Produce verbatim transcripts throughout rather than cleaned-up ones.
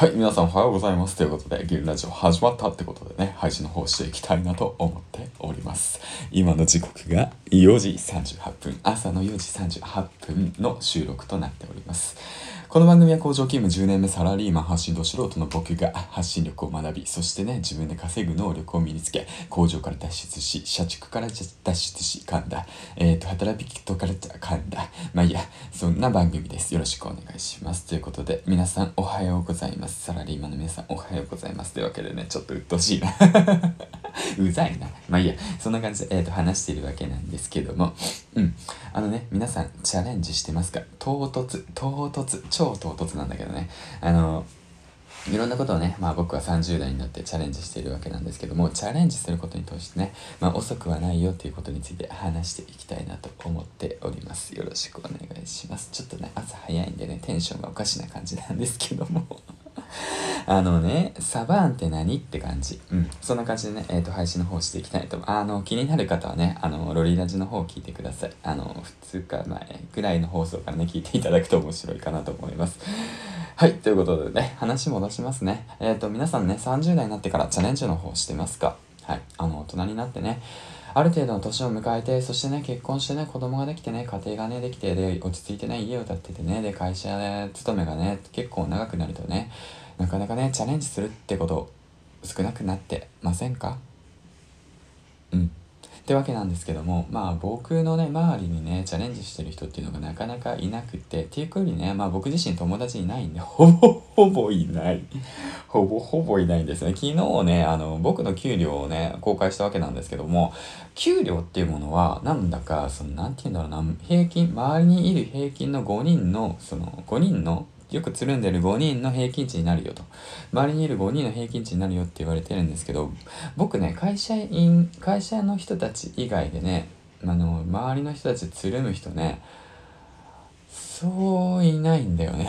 はい、皆さんおはようございます。ということで、ゲルラジオ始まったってことでね、配信の方していきたいなと思っております。今の時刻がよじさんじゅうはっぷん、朝のよじさんじゅうはっぷんの収録となっております。この番組は工場勤務じゅうねんめサラリーマン発信度素人の僕が発信力を学び、そしてね、自分で稼ぐ能力を身につけ、工場から脱出し、社畜から脱出し、噛んだ、えっ、ー、と、働き人から噛んだ、まあいいや、そんな番組です。よろしくお願いします。ということで、皆さんおはようございます。サラリーマンの皆さんおはようございます。というわけでね、ちょっと鬱陶しいな。うざいな。まあいいや、そんな感じで、えー、と話しているわけなんですけども、うん。あのね、皆さんチャレンジしてますか？唐突、唐突、超唐突なんだけどね。あの、いろんなことをね、まあ僕はさんじゅう代になってチャレンジしているわけなんですけども、チャレンジすることに通してね、まあ遅くはないよということについて話していきたいなと思っております。よろしくお願いします。ちょっとね、朝早いんでね、テンションがおかしな感じなんですけども。あのね、サバーンって何って感じ。うん。そんな感じでね、えっ、ー、と、配信の方していきたいと思う。あの、気になる方はね、あの、ロリラジの方を聞いてください。あの、ふつかまえぐらいの放送からね、聞いていただくと面白いかなと思います。はい、ということでね、話戻しますね。えっ、ー、と、皆さんね、さんじゅう代になってからチャレンジの方してますか？はい。あの、大人になってね、ある程度の年を迎えて、そしてね、結婚してね、子供ができてね、家庭がね、できて、で、落ち着いてね、家を建ててね、で、会社勤めがね、結構長くなるとね、なかなかね、チャレンジするってこと少なくなってませんか？うん。ってわけなんですけども、まあ僕のね、周りにね、チャレンジしてる人っていうのがなかなかいなくて、っていうくらいね、まあ僕自身友達いないんで、ほぼほぼいない。ほぼほぼいないんですね。昨日ね、あの、僕の給料をね、公開したわけなんですけども、給料っていうものは、なんだか、その、なんて言うんだろうな、平均、周りにいる平均のごにんの、その、ごにんの、よくつるんでるごにんの平均値になるよと。周りにいるごにんの平均値になるよって言われてるんですけど、僕ね、会社員、会社の人たち以外でね、あの、周りの人たちつるむ人ね、そういないんだよね。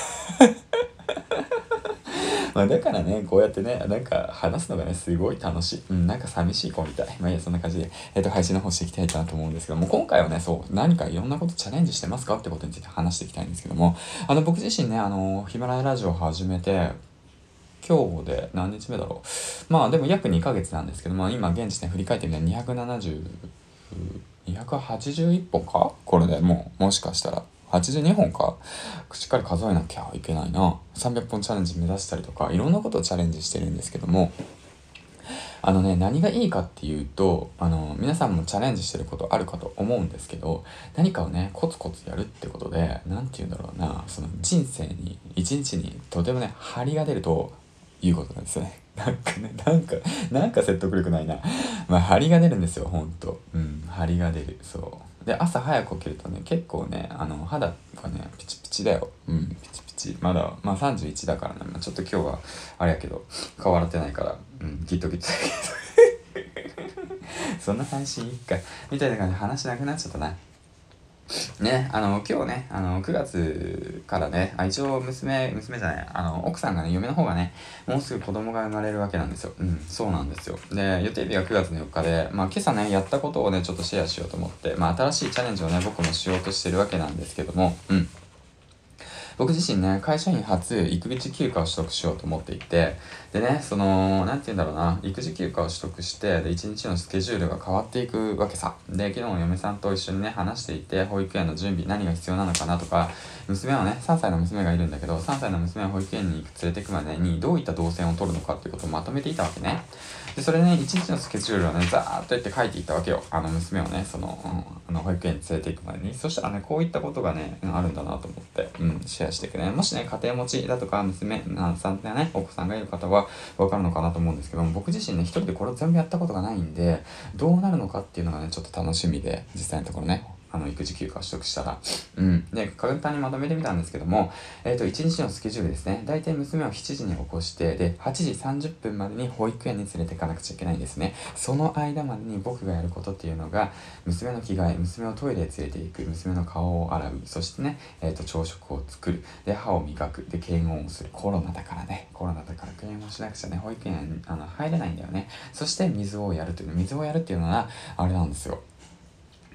まあだからね、こうやってね、なんか話すのがね、すごい楽しい。うん、なんか寂しい子みたい。まあいいや、そんな感じで、えっと、配信の方していきたいなと思うんですけども、今回はね、そう、何かいろんなことチャレンジしてますかってことについて話していきたいんですけども、あの、僕自身ね、あの、ヒマラヤラジオを始めて、今日で何日目だろう。まあでも約にかげつなんですけども、今現時点振り返ってみたらにひゃくななじゅう、にひゃくはちじゅういっぽんかこれでもう、もしかしたら。はちじゅうにほんかしっかり数えなきゃいけないな。さんびゃっぽんチャレンジ目指したりとか、いろんなことをチャレンジしてるんですけども、あのね、何がいいかっていうと、あの、皆さんもチャレンジしてることあるかと思うんですけど、何かをね、コツコツやるってことで、なんて言うんだろうな、その人生に、一日にとてもね、張りが出るということなんですよね。なんかね、なんか、なんか説得力ないな。まあ、張りが出るんですよ、ほんと。うん、張りが出る。そう。で、朝早く起きるとね、結構ね、あの、肌がね、ピチピチだよ。うん、ピチピチ。まだ、まあさんじゅういちだからね、まあ、ちょっと今日は、あれやけど、変わらってないから、うん、ギットギットだけど。そんな配信いいか。みたいな感じで話なくなっちゃったな。ね、あの、今日ね、あの、くがつからね、あ、一応娘、娘じゃない、あの、奥さんがね、嫁の方がね、もうすぐ子供が生まれるわけなんですよ。うん、そうなんですよ。で、予定日がくがつのよっかで、まあ、今朝ね、やったことをね、ちょっとシェアしようと思って、まあ、新しいチャレンジをね、僕もしようとしてるわけなんですけども、うん。僕自身ね、会社員初育児休暇を取得しようと思っていて、でね、その、なんて言うんだろうな、育児休暇を取得して、で、一日のスケジュールが変わっていくわけさ。で、昨日も嫁さんと一緒にね、話していて、保育園の準備、何が必要なのかなとか、娘はね、さんさいの娘がいるんだけど、さんさいの娘を保育園に連れて行くまでに、どういった動線を取るのかっていうことをまとめていたわけね。で、それね、一日のスケジュールをね、ざーっと言って書いていったわけよ。あの、娘をね、その、うん、あの、保育園に連れて行くまでに。そしたらね、こういったことがね、あるんだなと思って、うん、シェアしていくね。もしね、家庭持ちだとか、娘さんでね、お子さんがいる方は、わかるのかなと思うんですけども、僕自身ね、一人でこれを全部やったことがないんで、どうなるのかっていうのがね、ちょっと楽しみで、実際のところね、あの、育児休暇を取得したら。うん。で、簡単にまとめてみたんですけども、えっと、いちにちのスケジュールですね。だいたい娘をしちじに起こして、で、はちじさんじゅっぷんまでに保育園に連れて行かなくちゃいけないんですね。その間までに僕がやることっていうのが、娘の着替え、娘をトイレへ連れて行く、娘の顔を洗う、そしてね、えっと、朝食を作る、で、歯を磨く、で、検温をする。コロナだからね、コロナだから検温しなくちゃね、保育園、あの、入れないんだよね。そして水をやるという、水をやるっていうのは、あれなんですよ。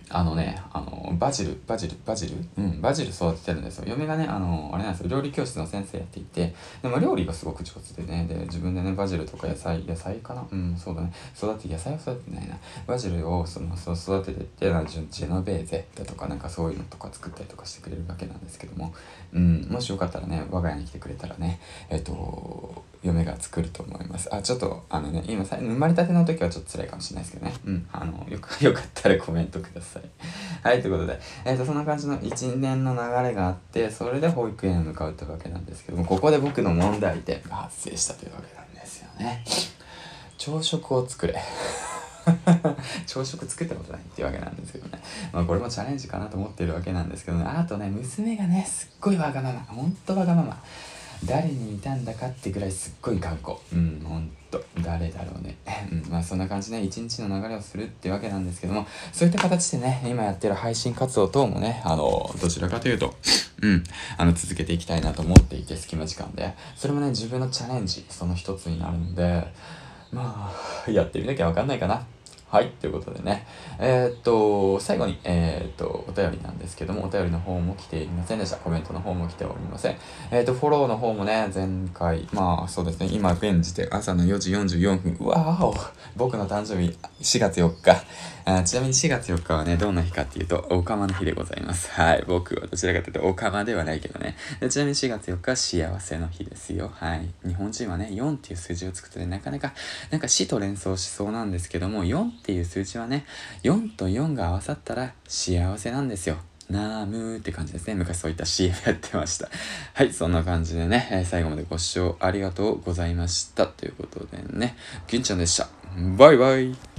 あのね、あの、バジル、バジル、バジルうん、バジル育ててるんですよ。嫁がね、あの、あれなんですよ、料理教室の先生やっていて、でも料理がすごく上手でね、で、自分でね、バジルとか野菜、野菜かなうん、そうだね。育て、野菜を育ててないな。バジルを、その、そう育ててって、なんかジェノベーゼだとか、なんかそういうのとか作ったりとかしてくれるわけなんですけども、うん、もしよかったらね、我が家に来てくれたらね、えっと、嫁が作ると思います。あ、ちょっと、あのね、今さ、生まれたての時はちょっと辛いかもしれないですけどね。うん、あの、よく、よかったらコメントください。はい、ということで、えっと、そんな感じのいちねんの流れがあって、それで保育園へ向かうというわけなんですけども、ここで僕の問題点が発生したというわけなんですよね。朝食を作れ。朝食作ったことないっていうわけなんですけどね。まあこれもチャレンジかなと思ってるわけなんですけどね。あとね、娘がね、すっごいわがまま。ほんとわがまま。誰にいたんだかってぐらいすっごい頑固。うん、ほんと。誰だろうね。うん、まあそんな感じで一日の流れをするっていうわけなんですけども、そういった形でね、今やってる配信活動等もね、あの、どちらかというと、うん、あの、続けていきたいなと思っていて、隙間時間で。それもね、自分のチャレンジ、その一つになるので、まあ、やってみなきゃわかんないかな。はい、ということでね。えー、っと、最後に、えー、っと、お便りなんですけども、お便りの方も来ていませんでした。コメントの方も来ておりません。えー、っと、フォローの方もね、前回、まあ、そうですね、今、現時点、朝のよじよんじゅうよんぷん、うわーお、僕の誕生日、しがつよっか。あちなみにしがつよっかはね、どんな日かっていうと、おかまの日でございます。はい。僕はどちらかというと、おかまではないけどね。でちなみにしがつよっかは幸せの日ですよ。はい。日本人はね、よんっていう数字を作ってね、なかなか、なんか死と連想しそうなんですけども、よんっていう数字はね、よんとよんが合わさったら幸せなんですよ。ナームーって感じですね。昔そういった シーエム やってました。はい、そんな感じでね、えー最後までご視聴ありがとうございました。ということでね、銀ちゃんでした。バイバイ。